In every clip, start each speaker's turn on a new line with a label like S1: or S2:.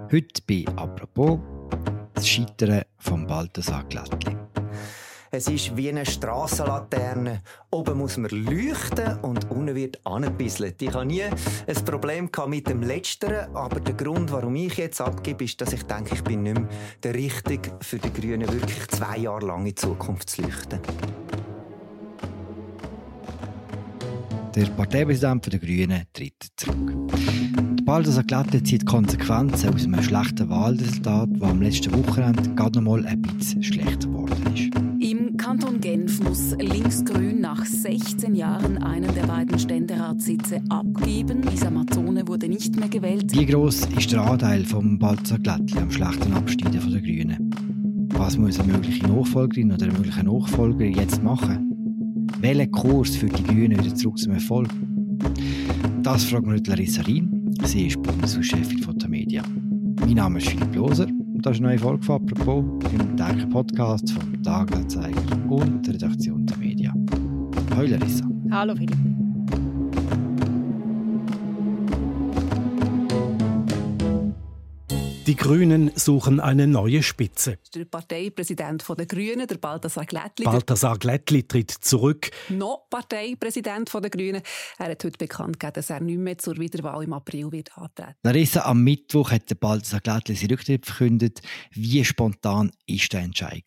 S1: Heute bei «Apropos» das Scheitern von Balthasar Glättli.
S2: Es ist wie eine Strassenlaterne. Oben muss man leuchten und unten wird angebisselt. Ich hatte nie ein Problem mit dem Letzteren, aber der Grund, warum ich jetzt abgebe, ist, dass ich denke, ich bin nicht mehr der Richtige für die Grünen, wirklich 2 Jahre lang in die Zukunft zu leuchten.
S1: Der Parteipräsident der Grünen tritt zurück. Balthasar Glättli zieht Konsequenzen aus einem schlechten Wahlresultat, das am letzten Wochenende gerade noch mal ein bisschen schlechter geworden ist.
S3: Im Kanton Genf muss Linksgrün nach 16 Jahren einen der beiden Ständeratssitze abgeben. Lisa Mazzone wurde nicht mehr gewählt.
S1: Wie gross ist der Anteil von Balthasar Glättli am schlechten Abschneiden der Grünen? Was muss eine mögliche Nachfolgerin oder ein möglicher Nachfolger jetzt machen? Welchen Kurs führt die Grünen wieder zurück zum Erfolg? Das fragt mir heute Larissa Rien. Sie ist Bundeshauschefin von der Media. Mein Name ist Philipp Loser und das ist eine neue Folge von «Apropos» im täglichen Podcast vom «Tagesanzeiger» und der Redaktion der Media. Hallo Larissa.
S4: Hallo Philipp.
S5: Die Grünen suchen eine neue Spitze.
S3: Der Parteipräsident der Grünen, der Balthasar Glättli.
S5: Balthasar Glättli tritt zurück.
S3: Noch Parteipräsident der Grünen. Er hat heute bekannt gegeben, dass er nicht mehr zur Wiederwahl im April wird antreten.
S1: Larissa, am Mittwoch hat der Balthasar Glättli seinen Rücktritt verkündet. Wie spontan war der Entscheid?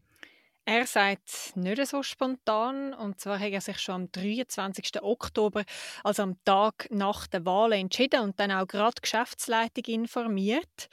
S4: Er sagt nicht so spontan. Und zwar hat er sich schon am 23. Oktober, also am Tag nach der Wahl, entschieden und dann auch gerade die Geschäftsleitung informiert.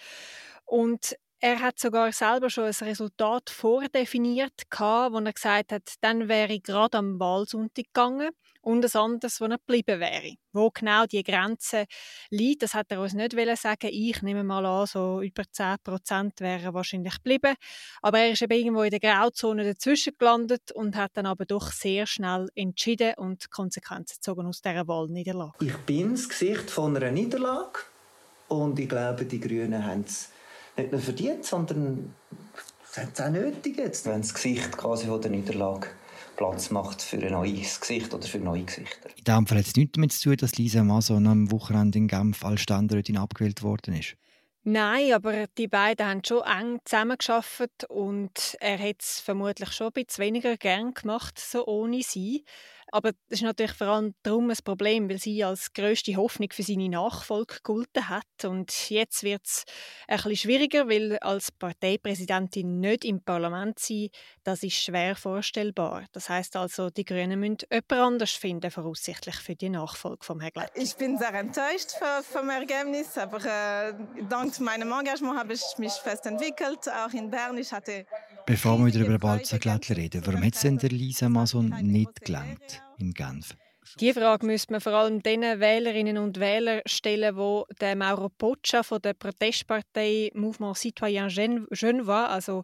S4: Und er hat sogar selber schon ein Resultat vordefiniert, wo er gesagt hat, dann wäre ich gerade am Wahlsonntag gegangen und ein anderes, wo er geblieben wäre. Wo genau die Grenze liegt, das hat er uns nicht sagen. Ich nehme mal an, so über 10% wären wahrscheinlich geblieben. Aber er ist eben irgendwo in der Grauzone dazwischen gelandet und hat dann aber doch sehr schnell entschieden und Konsequenzen gezogen aus dieser Wahlniederlage.
S2: Ich bin das Gesicht von einer Niederlage und ich glaube, die Grünen haben es nicht nur verdient, sondern sie haben es auch nötig jetzt, wenn das Gesicht quasi von der Niederlage Platz macht für ein neues Gesicht oder für neue Gesichter.
S1: In diesem Fall hat es nichts damit zu tun, dass Lisa Mazzone am Wochenende in Genf als Ständerätin abgewählt worden ist.
S4: Nein, aber die beiden haben schon eng zusammengearbeitet und er hat es vermutlich schon ein bisschen weniger gern gemacht, so ohne sie. Aber das ist natürlich vor allem darum ein Problem, weil sie als grösste Hoffnung für seine Nachfolge gegolten hat. Und jetzt wird es ein bisschen schwieriger, weil als Parteipräsidentin nicht im Parlament sein, das ist schwer vorstellbar. Das heisst also, die Grünen müssen jemand anders finden, voraussichtlich für die Nachfolge von Herrn Glättli.
S6: Ich bin sehr enttäuscht vom Ergebnis, aber dank meinem Engagement habe ich mich fest entwickelt, auch in Bern.
S1: Bevor wir wieder über Balthasar Glättli reden, warum hat es denn der Lisa Mazzone nicht gelangt in Genf?
S4: Diese Frage müsste man vor allem den Wählerinnen und Wählern stellen, die den Mauro Boccia von der Protestpartei Mouvement Citoyen Genevois, also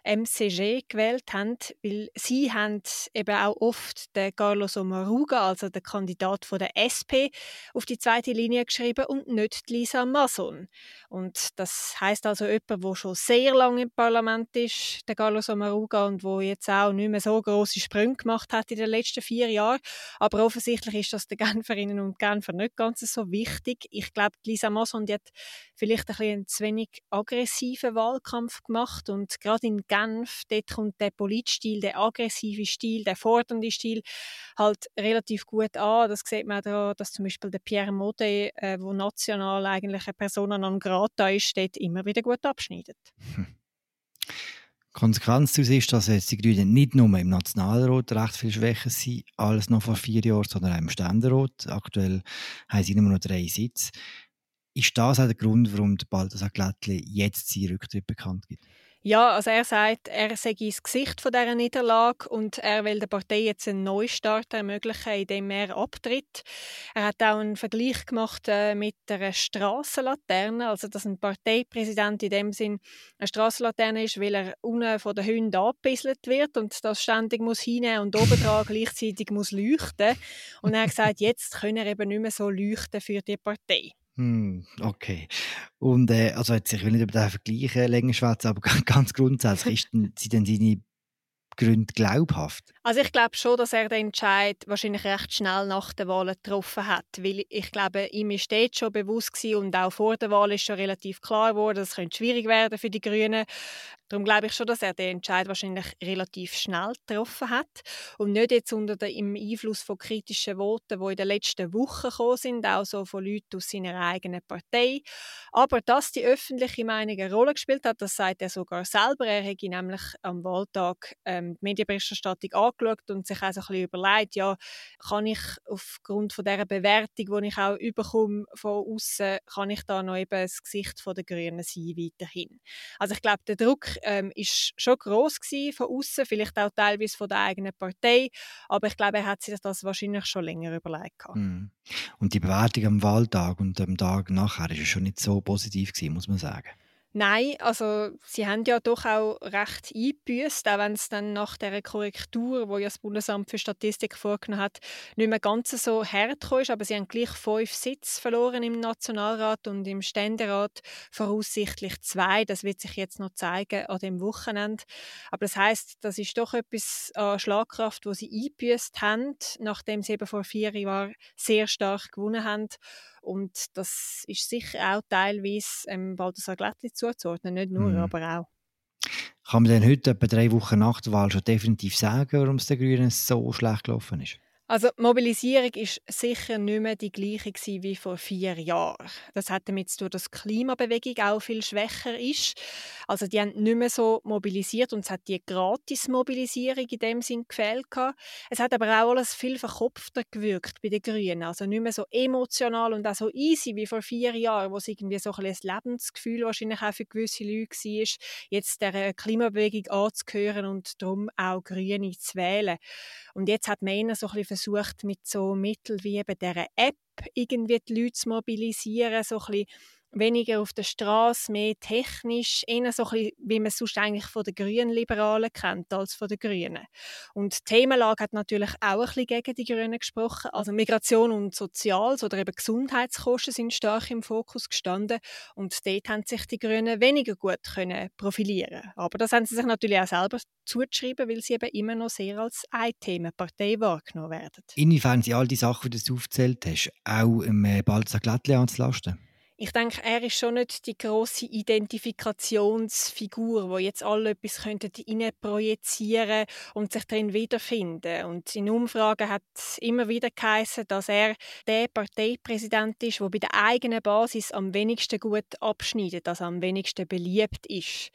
S4: MCG, gewählt haben, weil sie haben eben auch oft den Carlos Omaruga, also den Kandidat von der SP, auf die zweite Linie geschrieben und nicht Lisa Mazzone. Und das heisst also jemand, der schon sehr lange im Parlament ist, der Carlos Omaruga, und der jetzt auch nicht mehr so grosse Sprünge gemacht hat in den letzten 4 Jahren. Aber offensichtlich ist das den Genferinnen und Genfer nicht ganz so wichtig. Ich glaube, Lisa Mazzone hat vielleicht einen zu wenig aggressiven Wahlkampf gemacht und gerade in Genf, dort kommt der Politstil, der aggressive Stil, der fordernde Stil halt relativ gut an. Das sieht man daran, dass zum Beispiel der Pierre Modet, wo national eigentlich eine Persona non grata ist, dort immer wieder gut abschneidet.
S1: Die Konsequenz daraus ist, dass jetzt die Grünen nicht nur im Nationalrat recht viel schwächer sind als noch vor 4 Jahren, sondern auch im Ständerat. Aktuell haben sie nur noch 3 Sitze. Ist das auch der Grund, warum Balthasar Glättli jetzt seinen Rücktritt bekannt gibt?
S4: Ja, also er sagt, er sei das Gesicht von dieser Niederlage und er will der Partei jetzt einen Neustart ermöglichen, indem er abtritt. Er hat auch einen Vergleich gemacht mit einer Strassenlaterne, also dass ein Parteipräsident in dem Sinn eine Strassenlaterne ist, weil er unten von den Hunden abgebisselt wird und das ständig muss hinnehmen und obendrauf gleichzeitig muss leuchten. Und er hat gesagt, jetzt können er eben nicht mehr so leuchten für die Partei.
S1: Okay. Und also jetzt, ich will nicht über den Vergleich länger schwätzen, aber ganz grundsätzlich sind denn seine Gründe glaubhaft?
S4: Also ich glaube schon, dass er den Entscheid wahrscheinlich recht schnell nach der Wahl getroffen hat, weil ich glaube, ihm ist dort schon bewusst gewesen und auch vor der Wahl ist schon relativ klar geworden, es könnte schwierig werden für die Grünen. Darum glaube ich schon, dass er den Entscheid wahrscheinlich relativ schnell getroffen hat und nicht jetzt unter dem Einfluss von kritischen Voten, die in den letzten Wochen gekommen sind, auch so von Leuten aus seiner eigenen Partei. Aber dass die öffentliche Meinung eine Rolle gespielt hat, das sagt er sogar selber. Er hätte nämlich am Wahltag die Medienberichterstattung angeschaut und sich auch so ein bisschen überlegt, ja, kann ich aufgrund von dieser Bewertung, die ich auch überkomme von außen, kann ich da noch eben das Gesicht der Grünen sein weiterhin. Also ich glaube, der Druck ist schon gross gewesen von außen, vielleicht auch teilweise von der eigenen Partei, aber ich glaube, er hat sich das wahrscheinlich schon länger überlegt.
S1: Mhm. Und die Bewertung am Wahltag und am Tag nachher war schon nicht so positiv gewesen, muss man sagen.
S4: Nein, also sie haben ja doch auch recht eingebüßt, auch wenn es dann nach der Korrektur, die ja das Bundesamt für Statistik vorgenommen hat, nicht mehr ganz so hart gekommen ist. Aber sie haben gleich 5 Sitze verloren im Nationalrat und im Ständerat, voraussichtlich 2. Das wird sich jetzt noch zeigen an dem Wochenende. Aber das heisst, das ist doch etwas an Schlagkraft, wo sie eingebüßt haben, nachdem sie eben vor 4 Jahren sehr stark gewonnen haben. Und das ist sicher auch teilweise Balthasar Glättli zuzuordnen, nicht nur, aber auch.
S1: Kann man denn heute, etwa 3 Wochen nach der Wahl, schon definitiv sagen, warum es den Grünen so schlecht gelaufen ist?
S4: Also die Mobilisierung war sicher nicht mehr die gleiche wie vor 4 Jahren. Das hat damit zu tun, dass die Klimabewegung auch viel schwächer ist. Also die haben nicht mehr so mobilisiert und es hat die Gratis-Mobilisierung in dem Sinn gefehlt. Es hat aber auch alles viel verkopfter gewirkt bei den Grünen. Also nicht mehr so emotional und auch so easy wie vor 4 Jahren, wo es irgendwie so ein Lebensgefühl wahrscheinlich auch für gewisse Leute war, jetzt der Klimabewegung anzugehören und darum auch Grüne zu wählen. Und jetzt hat man eher so ein bisschen versucht, mit so Mitteln wie eben dieser App irgendwie die Leute zu mobilisieren, so ein bisschen weniger auf der Straße, mehr technisch, eher so ein bisschen, wie man es sonst eigentlich von den Grünen-Liberalen kennt, als von den Grünen. Und die Themenlage hat natürlich auch ein bisschen gegen die Grünen gesprochen. Also Migration und Soziales oder eben Gesundheitskosten sind stark im Fokus gestanden und dort haben sich die Grünen weniger gut können profilieren. Aber das haben sie sich natürlich auch selber zuzuschreiben, weil sie eben immer noch sehr als Ein-Themen-Partei wahrgenommen werden.
S1: Inwiefern sind all die Sachen, die du aufgezählt hast, auch Balthasar Glättli anzulasten?
S4: Ich denke, er ist schon nicht die grosse Identifikationsfigur, wo jetzt alle etwas projizieren und sich darin wiederfinden. Und in Umfragen hat es immer wieder geheißen, dass er der Parteipräsident ist, der bei der eigenen Basis am wenigsten gut abschneidet, also am wenigsten beliebt ist.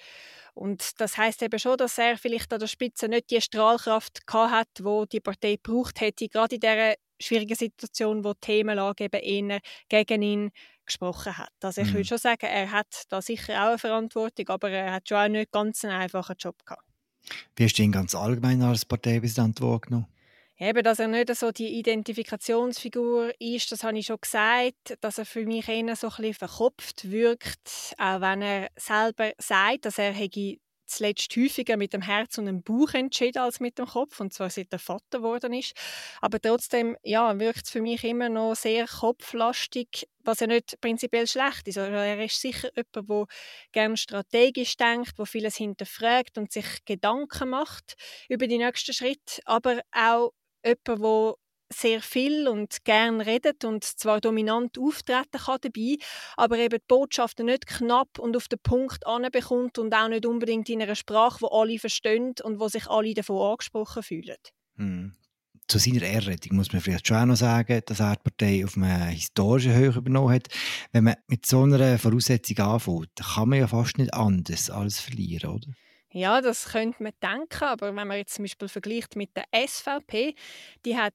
S4: Und das heisst eben schon, dass er vielleicht an der Spitze nicht die Strahlkraft gehabt hat, die die Partei gebraucht hätte, gerade in dieser schwierigen Situation, wo die Themenlage eben eher gegen ihn gesprochen hat. Also ich würde schon sagen, er hat da sicher auch eine Verantwortung, aber er hat schon auch nicht ganz einen einfachen Job gehabt.
S1: Wie hast du ihn ganz allgemein als Parteipräsident wahrgenommen?
S4: Eben, dass er nicht so die Identifikationsfigur ist, das habe ich schon gesagt, dass er für mich eher so ein bisschen verkopft wirkt, auch wenn er selber sagt, dass er zuletzt häufiger mit dem Herz und dem Bauch entschieden als mit dem Kopf, und zwar seit er Vater geworden ist. Aber trotzdem wirkt es für mich immer noch sehr kopflastig, was ja nicht prinzipiell schlecht ist. Also er ist sicher jemand, der gerne strategisch denkt, der vieles hinterfragt und sich Gedanken macht über die nächsten Schritte, aber auch jemand, der sehr viel und gern redet und zwar dominant auftreten kann dabei, aber eben die Botschaften nicht knapp und auf den Punkt anbekommt und auch nicht unbedingt in einer Sprache, die alle verstehen und wo sich alle davon angesprochen fühlen.
S1: Zu seiner Ehrrettung muss man vielleicht schon auch noch sagen, dass er die Partei auf einer historischen Höhe übernommen hat. Wenn man mit so einer Voraussetzung anfängt, dann kann man ja fast nicht anders als verlieren, oder?
S4: Ja, das könnte man denken, aber wenn man jetzt zum Beispiel vergleicht mit der SVP, die hat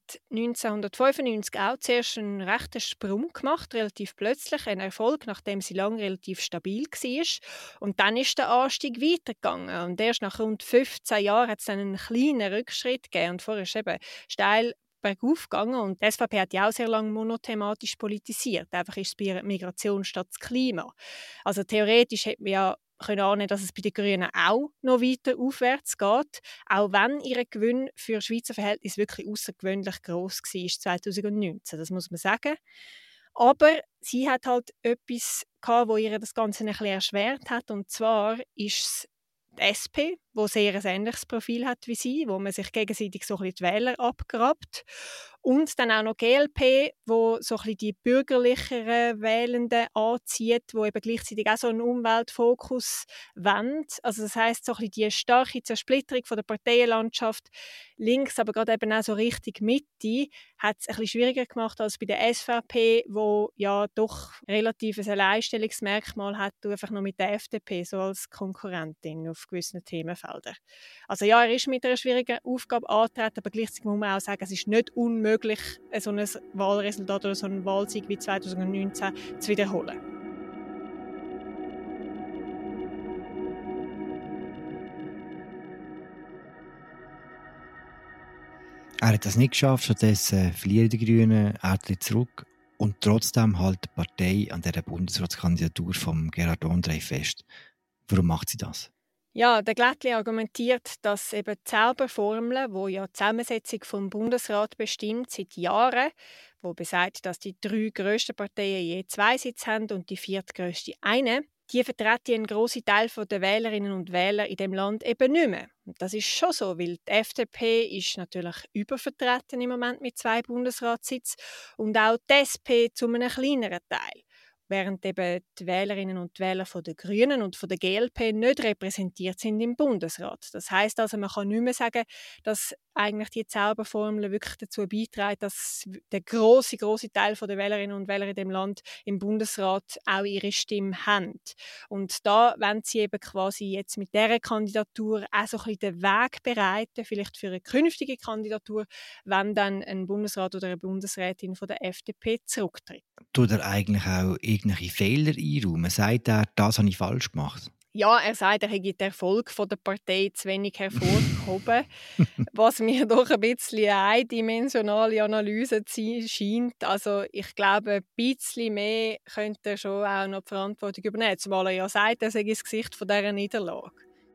S4: 1995 auch zuerst einen rechten Sprung gemacht, relativ plötzlich, ein Erfolg, nachdem sie lange relativ stabil war. Und dann ist der Anstieg weitergegangen und erst nach rund 15 Jahren hat es dann einen kleinen Rückschritt gegeben und vorher ist eben steil bergauf gegangen und die SVP hat ja auch sehr lange monothematisch politisiert. Einfach ist es bei Migration statt das Klima. Also theoretisch hätte man ja können ahnen, dass es bei den Grünen auch noch weiter aufwärts geht, auch wenn ihr Gewinn für Schweizer Verhältnisse wirklich außergewöhnlich gross war 2019, das muss man sagen. Aber sie hat halt etwas gehabt, wo ihr das Ganze ein bisschen erschwert hat, und zwar ist es die SP, wo sehr ein ähnliches Profil hat wie sie, wo man sich gegenseitig so ein bisschen die Wähler abgrabt. Und dann auch noch GLP, wo so ein bisschen die bürgerlicheren Wählenden anzieht, wo eben gleichzeitig auch so einen Umweltfokus wollen. Also das heisst, so ein bisschen die starke Zersplitterung von der Parteienlandschaft links, aber gerade eben auch so Richtung Mitte, hat es ein bisschen schwieriger gemacht als bei der SVP, wo ja doch relativ ein Alleinstellungsmerkmal hat, einfach noch mit der FDP so als Konkurrentin auf gewissen Themenfeldern. Also ja, er ist mit einer schwierigen Aufgabe angetreten, aber gleichzeitig muss man auch sagen, es ist nicht unmöglich, so ein Wahlresultat oder so einen Wahlsieg wie 2019 zu wiederholen.
S1: Er hat das nicht geschafft, stattdessen verlieren die Grünen, er tritt zurück und trotzdem hält die Partei an dieser Bundesratskandidatur von Gerhard André fest. Warum macht sie das?
S4: Ja, der Glättli argumentiert, dass eben die Zauberformel, wo ja die Zusammensetzung vom Bundesrat bestimmt seit Jahren, wo besagt, dass die 3 grössten Parteien je 2 Sitze haben und die viertgrösste einen, die vertreten einen grossen Teil der Wählerinnen und Wähler in dem Land eben nicht mehr. Und das ist schon so, weil die FDP ist natürlich übervertreten im Moment mit 2 Bundesratssitzen und auch die SP zu einem kleineren Teil. Während eben die Wählerinnen und Wähler von der Grünen und von der GLP nicht repräsentiert sind im Bundesrat. Das heisst also, man kann nicht mehr sagen, dass eigentlich die Zauberformel wirklich dazu beiträgt, dass der grosse Teil der Wählerinnen und Wähler in dem Land im Bundesrat auch ihre Stimme haben. Und da wollen sie eben quasi jetzt mit dieser Kandidatur auch so ein bisschen den Weg bereiten, vielleicht für eine künftige Kandidatur, wenn dann ein Bundesrat oder eine Bundesrätin von der FDP zurücktritt.
S1: Tut er eigentlich auch irgendwelche Fehler einräumen? Sagt er, das habe ich falsch gemacht?
S4: Ja, er sagt, er hätte den Erfolg der Partei zu wenig hervorgehoben, was mir doch ein bisschen eine eindimensionale Analyse scheint. Also ich glaube, ein bisschen mehr könnte er schon auch noch die Verantwortung übernehmen, zumal er ja sagt, er sei das Gesicht von dieser Niederlage.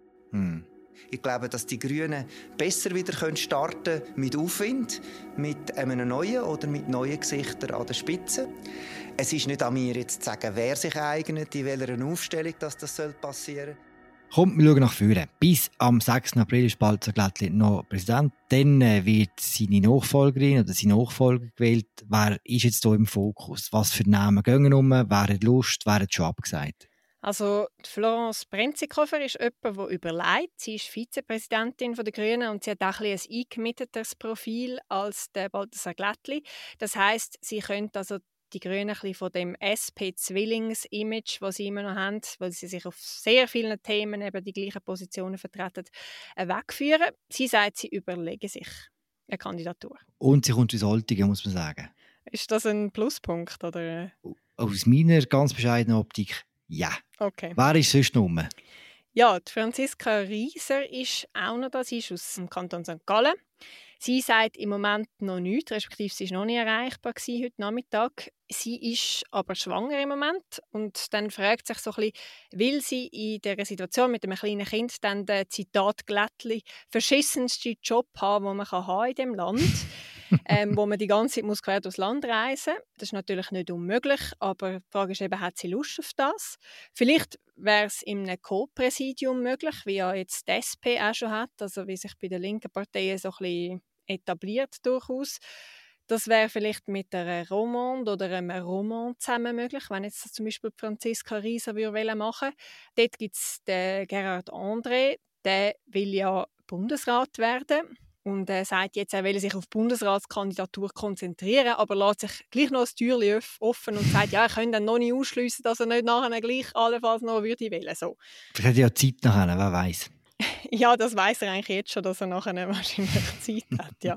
S2: Ich glaube, dass die Grünen besser wieder starten können mit Aufwind, mit einem neuen oder mit neuen Gesichtern an der Spitze. Es ist nicht an mir jetzt zu sagen, wer sich eignet, in welcher Aufstellung das passieren soll.
S1: Kommt, wir schauen nach vorne. Bis am 6. April ist Balzer Glättli noch Präsident. Dann wird seine Nachfolgerin oder sein Nachfolger gewählt. Wer ist jetzt hier im Fokus? Was für Namen gehen um? Wer hat Lust? Wer hat schon abgesagt?
S4: Also Florence Brenzikofer ist jemand, der überlegt. Sie ist Vizepräsidentin der Grünen und sie hat auch ein eingemittetes Profil als der Balthasar Glättli. Das heisst, sie könnte also die Grünen ein bisschen von dem SP-Zwillings-Image, das sie immer noch haben, weil sie sich auf sehr vielen Themen eben die gleichen Positionen vertreten, wegführen. Sie sagt, sie überlegen sich eine Kandidatur.
S1: Und sie kommt aus Oltingen, muss man sagen.
S4: Ist das ein Pluspunkt? Oder?
S1: Aus meiner ganz bescheidenen Optik, ja.
S4: Okay.
S1: Wer ist sonst noch rum?
S4: Ja, die Franziska Rieser ist auch noch da. Sie ist aus dem Kanton St. Gallen. Sie sagt im Moment noch nichts, respektive sie war noch nicht erreichbar heute Nachmittag. Sie ist aber schwanger im Moment und dann fragt sich so ein bisschen, will sie in dieser Situation mit einem kleinen Kind dann den Zitat Glättli verschissensten Job haben, den man haben in diesem Land, wo man die ganze Zeit muss quer durchs Land reisen muss. Das ist natürlich nicht unmöglich, aber die Frage ist eben, hat sie Lust auf das? Vielleicht wäre es in einem Co-Präsidium möglich, wie ja jetzt die SP auch schon hat, also wie sich bei den linken Parteien so ein bisschen etabliert durchaus. Das wäre vielleicht mit einer Romande oder einem Roman zusammen möglich, wenn jetzt zum Beispiel Franziska Rieser machen würde. Dort gibt es den Gerhard André, der will ja Bundesrat werden. Und er sagt jetzt, er will sich auf die Bundesratskandidatur konzentrieren, aber lässt sich gleich noch das Türchen offen und sagt, ja, er könnte dann noch nicht ausschliessen, dass er nicht nachher gleich allenfalls noch würde wählen. So.
S1: Vielleicht hat er ja Zeit nachher, wer weiß.
S4: Ja, das weiss er eigentlich jetzt schon, dass er nachher wahrscheinlich Zeit hat, ja.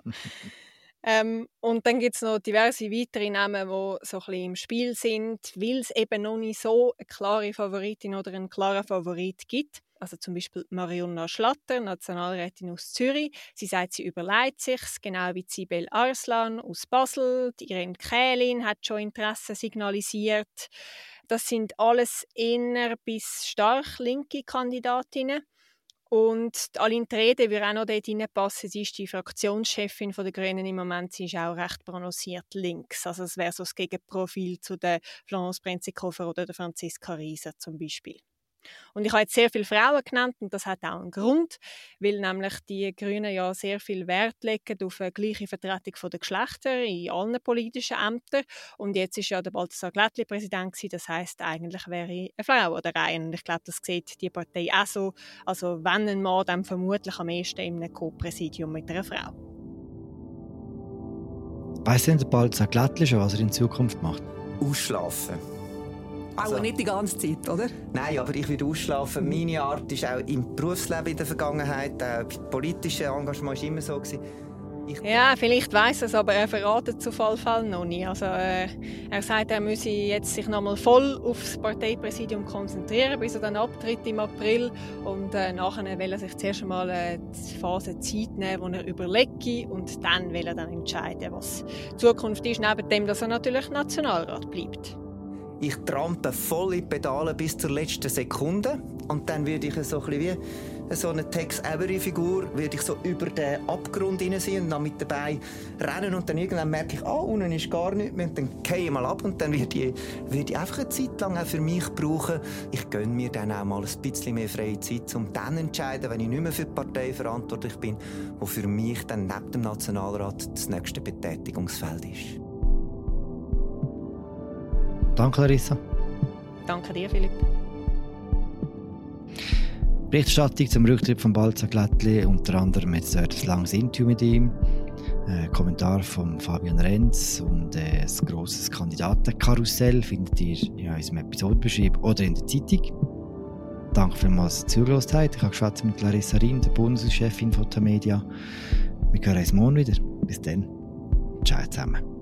S4: Und dann gibt es noch diverse weitere Namen, die so ein bisschen im Spiel sind, weil es eben noch nicht so eine klare Favoritin oder einen klaren Favorit gibt. Also zum Beispiel Marionna Schlatter, Nationalrätin aus Zürich. Sie sagt, sie überlegt sich's, genau wie Sibel Arslan aus Basel. Die Irene Kählin hat schon Interesse signalisiert. Das sind alles eher bis stark linke Kandidatinnen. Und Aline Trede würde auch noch dort reinpassen. Sie ist die Fraktionschefin der Grünen im Moment. Sie ist auch recht prononciert links. Also es wäre so das Gegenprofil zu der Florence Brenzikofer oder der Franziska Rieser zum Beispiel. Und ich habe jetzt sehr viele Frauen genannt und das hat auch einen Grund, weil nämlich die Grünen ja sehr viel Wert legen auf eine gleiche Vertretung der Geschlechter in allen politischen Ämtern. Und jetzt ist ja der Balthasar Glättli Präsident gewesen, das heisst, eigentlich wäre ich eine Frau oder ein. Und ich glaube, das sieht die Partei auch so. Also wenn ein Mann, dann vermutlich am ehesten in einem Co-Präsidium mit einer Frau.
S1: Weiss denn der Balthasar Glättli schon, was er in Zukunft macht?
S2: Ausschlafen.
S7: Also, nicht die ganze Zeit, oder?
S2: Nein, aber ich würde ausschlafen. Meine Art ist auch im Berufsleben in der Vergangenheit, politische Engagement war immer so.
S4: Ja, vielleicht weiss er es, aber er verratet zu Fall noch nicht. Also, er sagt, er müsse jetzt sich nochmal voll auf das Parteipräsidium konzentrieren, bis er dann abtritt im April. Und nachher will er sich zuerst einmal die Phase Zeit nehmen, wo er überlege. Und dann will er dann entscheiden, was die Zukunft ist, neben dem, dass er natürlich Nationalrat bleibt.
S2: Ich trampe voll in die Pedale bis zur letzten Sekunde. Und dann werde ich so ein bisschen wie so eine Tex-Avery-Figur, werde ich so über den Abgrund hinein sein und dann mit dabei rennen. Und dann irgendwann merke ich, unten ist gar nichts mehr. Und dann gehe ich mal ab und dann werde ich einfach eine Zeit lang auch für mich brauchen. Ich gönne mir dann auch mal ein bisschen mehr freie Zeit, um dann zu entscheiden, wenn ich nicht mehr für die Partei verantwortlich bin, wo für mich dann neben dem Nationalrat das nächste Betätigungsfeld ist.
S1: Danke, Larissa.
S4: Danke dir, Philipp.
S1: Berichterstattung zum Rücktritt von Balthasar Glättli, unter anderem jetzt ein langes Interview mit ihm, ein Kommentar von Fabian Renz und ein grosses Kandidatenkarussell findet ihr in unserem Episodenbeschrieb oder in der Zeitung. Danke vielmals, dass ihr zugehört habt. Ich habe gesprochen mit Larissa Riem, der Bundeschefin von Tamedia. Wir hören uns morgen wieder. Bis dann. Ciao zusammen.